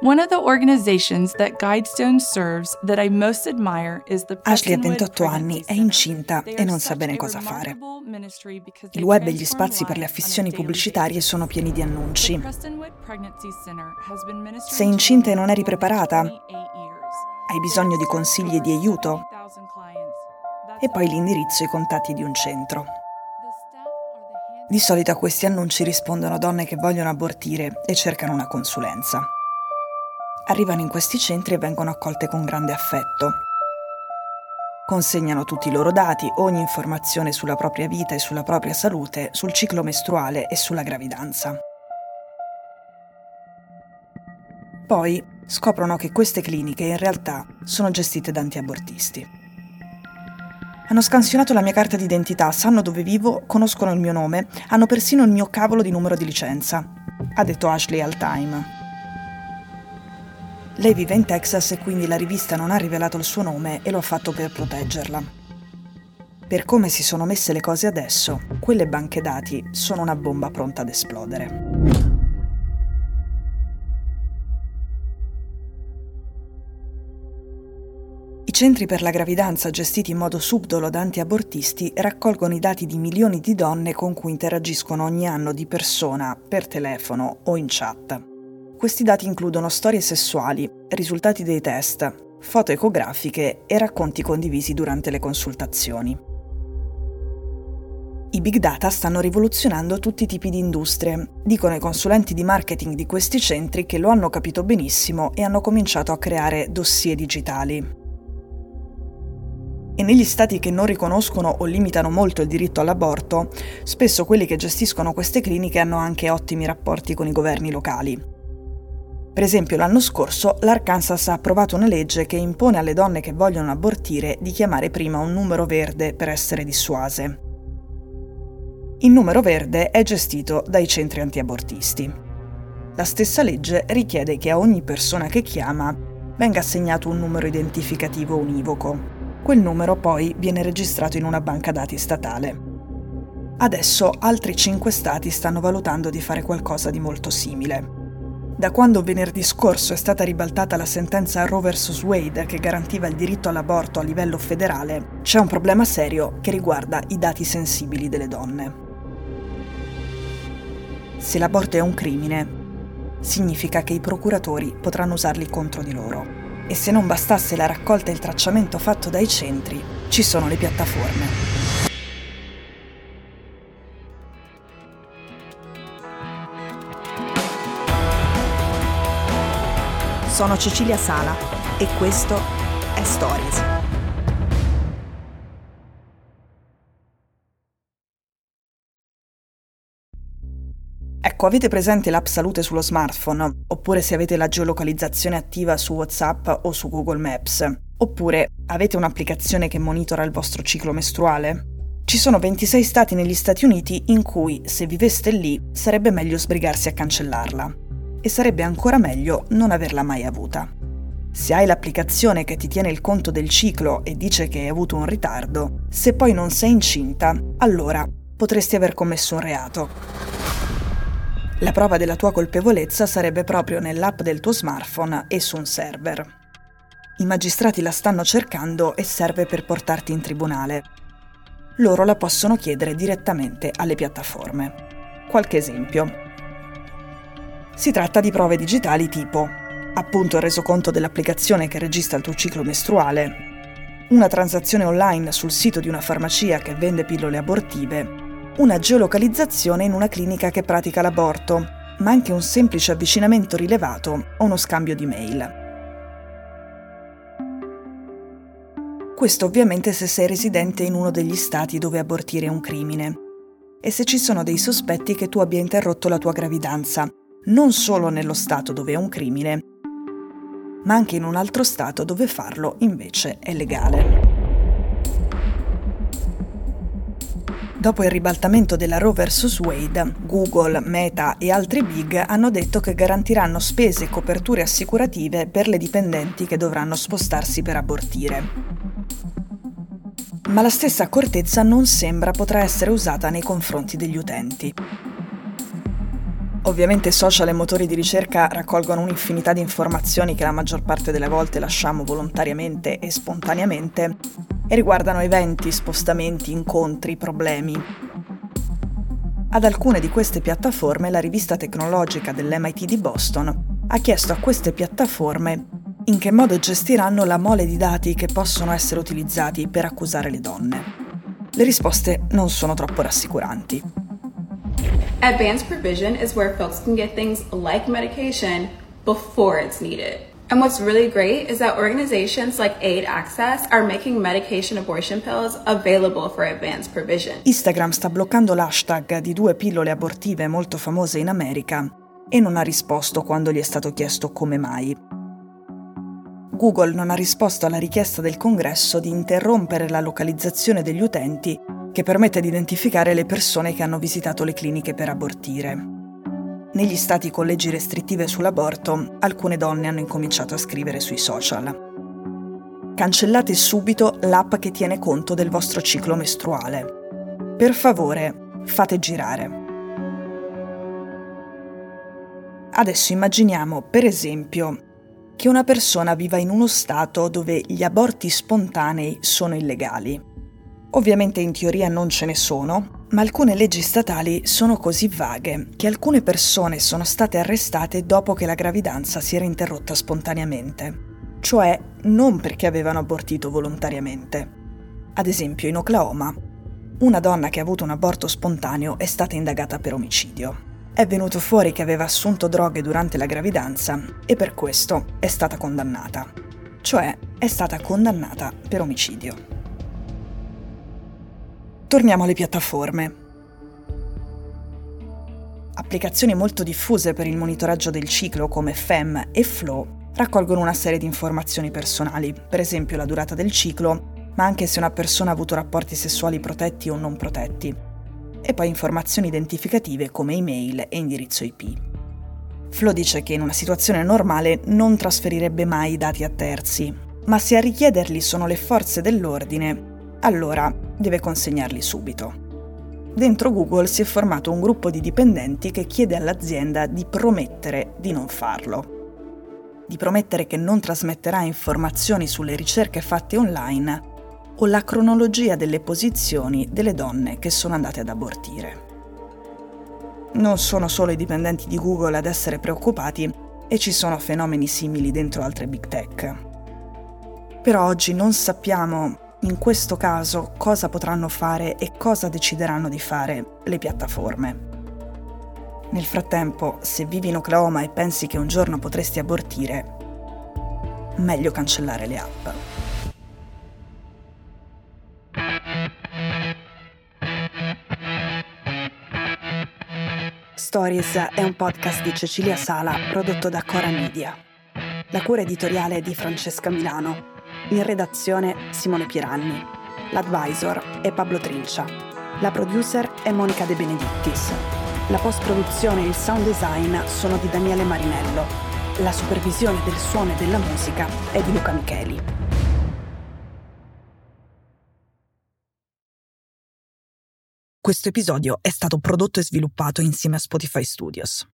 One of the organizations that Guidestone serves that I most admire is the Ashley ha Prestonwood 28 anni, Pregnancy è Center. incinta They e are non sa such bene a cosa fare. remarkable ministry because Il they web e gli transform spazi per le lives on a affissioni daily pubblicitarie basis. sono pieni di The annunci. Prestonwood Pregnancy Center has been ministering Sei to incinta e women non eri for more than preparata? 28 years. Hai They bisogno have di served consigli e over di aiuto? 70,000 clients. That's E poi l'indirizzo e i contatti di un centro. the staff are the hands- Di solito a questi annunci rispondono donne che vogliono abortire e cercano una consulenza. Arrivano in questi centri e vengono accolte con grande affetto. Consegnano tutti i loro dati, ogni informazione sulla propria vita e sulla propria salute, sul ciclo mestruale e sulla gravidanza. Poi scoprono che queste cliniche in realtà sono gestite da antiabortisti. Hanno scansionato la mia carta d'identità, sanno dove vivo, conoscono il mio nome, hanno persino il mio cavolo di numero di licenza, ha detto Ashley al Time. Lei vive in Texas e quindi la rivista non ha rivelato il suo nome e lo ha fatto per proteggerla. Per come si sono messe le cose adesso, quelle banche dati sono una bomba pronta ad esplodere. I centri per la gravidanza gestiti in modo subdolo da antiabortisti raccolgono i dati di milioni di donne con cui interagiscono ogni anno di persona, per telefono o in chat. Questi dati includono storie sessuali, risultati dei test, foto ecografiche e racconti condivisi durante le consultazioni. I big data stanno rivoluzionando tutti i tipi di industrie, dicono i consulenti di marketing di questi centri che lo hanno capito benissimo e hanno cominciato a creare dossier digitali. E negli stati che non riconoscono o limitano molto il diritto all'aborto, spesso quelli che gestiscono queste cliniche hanno anche ottimi rapporti con i governi locali. Per esempio, l'anno scorso l'Arkansas ha approvato una legge che impone alle donne che vogliono abortire di chiamare prima un numero verde per essere dissuase. Il numero verde è gestito dai centri antiabortisti. La stessa legge richiede che a ogni persona che chiama venga assegnato un numero identificativo univoco. Quel numero poi viene registrato in una banca dati statale. Adesso altri 5 stati stanno valutando di fare qualcosa di molto simile. Da quando venerdì scorso è stata ribaltata la sentenza Roe vs. Wade che garantiva il diritto all'aborto a livello federale, c'è un problema serio che riguarda i dati sensibili delle donne. Se l'aborto è un crimine, significa che i procuratori potranno usarli contro di loro. E se non bastasse la raccolta e il tracciamento fatto dai centri, ci sono le piattaforme. Sono Cecilia Sala e questo è Stories. Ecco, avete presente l'app Salute sullo smartphone? Oppure se avete la geolocalizzazione attiva su WhatsApp o su Google Maps? Oppure avete un'applicazione che monitora il vostro ciclo mestruale? Ci sono 26 stati negli Stati Uniti in cui, se viveste lì, sarebbe meglio sbrigarsi a cancellarla. E sarebbe ancora meglio non averla mai avuta. Se hai l'applicazione che ti tiene il conto del ciclo e dice che hai avuto un ritardo, se poi non sei incinta, allora potresti aver commesso un reato. La prova della tua colpevolezza sarebbe proprio nell'app del tuo smartphone e su un server. I magistrati la stanno cercando e serve per portarti in tribunale. Loro la possono chiedere direttamente alle piattaforme. Qualche esempio. Si tratta di prove digitali tipo, appunto il resoconto dell'applicazione che registra il tuo ciclo mestruale, una transazione online sul sito di una farmacia che vende pillole abortive, una geolocalizzazione in una clinica che pratica l'aborto, ma anche un semplice avvicinamento rilevato o uno scambio di mail. Questo ovviamente se sei residente in uno degli stati dove abortire è un crimine e se ci sono dei sospetti che tu abbia interrotto la tua gravidanza, non solo nello stato dove è un crimine, ma anche in un altro stato dove farlo invece è legale. Dopo il ribaltamento della Roe vs. Wade, Google, Meta e altri big hanno detto che garantiranno spese e coperture assicurative per le dipendenti che dovranno spostarsi per abortire. Ma la stessa accortezza non sembra potrà essere usata nei confronti degli utenti. Ovviamente social e motori di ricerca raccolgono un'infinità di informazioni che la maggior parte delle volte lasciamo volontariamente e spontaneamente e riguardano eventi, spostamenti, incontri, problemi. Ad alcune di queste piattaforme la rivista tecnologica dell'MIT di Boston ha chiesto a queste piattaforme in che modo gestiranno la mole di dati che possono essere utilizzati per accusare le donne. Le risposte non sono troppo rassicuranti. Advanced provision is where folks can get things like medication before it's needed. And what's really great is that organizations like Aid Access are making medication abortion pills available for advanced provision. Instagram sta bloccando l'hashtag di 2 pillole abortive molto famose in America e non ha risposto quando gli è stato chiesto come mai. Google non ha risposto alla richiesta del Congresso di interrompere la localizzazione degli utenti che permette di identificare le persone che hanno visitato le cliniche per abortire. Negli stati con leggi restrittive sull'aborto, alcune donne hanno incominciato a scrivere sui social. Cancellate subito l'app che tiene conto del vostro ciclo mestruale. Per favore, fate girare. Adesso immaginiamo, per esempio, che una persona viva in uno stato dove gli aborti spontanei sono illegali. Ovviamente in teoria non ce ne sono, ma alcune leggi statali sono così vaghe che alcune persone sono state arrestate dopo che la gravidanza si era interrotta spontaneamente, cioè non perché avevano abortito volontariamente. Ad esempio in Oklahoma, una donna che ha avuto un aborto spontaneo è stata indagata per omicidio. È venuto fuori che aveva assunto droghe durante la gravidanza e per questo è stata condannata, cioè è stata condannata per omicidio. Torniamo alle piattaforme. Applicazioni molto diffuse per il monitoraggio del ciclo come Fem e Flow raccolgono una serie di informazioni personali, per esempio la durata del ciclo, ma anche se una persona ha avuto rapporti sessuali protetti o non protetti, e poi informazioni identificative come email e indirizzo IP. Flow dice che in una situazione normale non trasferirebbe mai i dati a terzi, ma se a richiederli sono le forze dell'ordine, allora deve consegnarli subito. Dentro Google si è formato un gruppo di dipendenti che chiede all'azienda di promettere di non farlo, di promettere che non trasmetterà informazioni sulle ricerche fatte online o la cronologia delle posizioni delle donne che sono andate ad abortire. Non sono solo i dipendenti di Google ad essere preoccupati e ci sono fenomeni simili dentro altre big tech. Però oggi non sappiamo in questo caso cosa potranno fare e cosa decideranno di fare le piattaforme. Nel frattempo, se vivi in Oklahoma e pensi che un giorno potresti abortire, meglio cancellare le app. Stories è un podcast di Cecilia Sala prodotto da Cora Media. La cura editoriale è di Francesca Milano. In redazione Simone Pieranni. L'advisor è Pablo Trincia. La producer è Monica De Benedictis. La post-produzione e il sound design sono di Daniele Marinello. La supervisione del suono e della musica è di Luca Micheli. Questo episodio è stato prodotto e sviluppato insieme a Spotify Studios.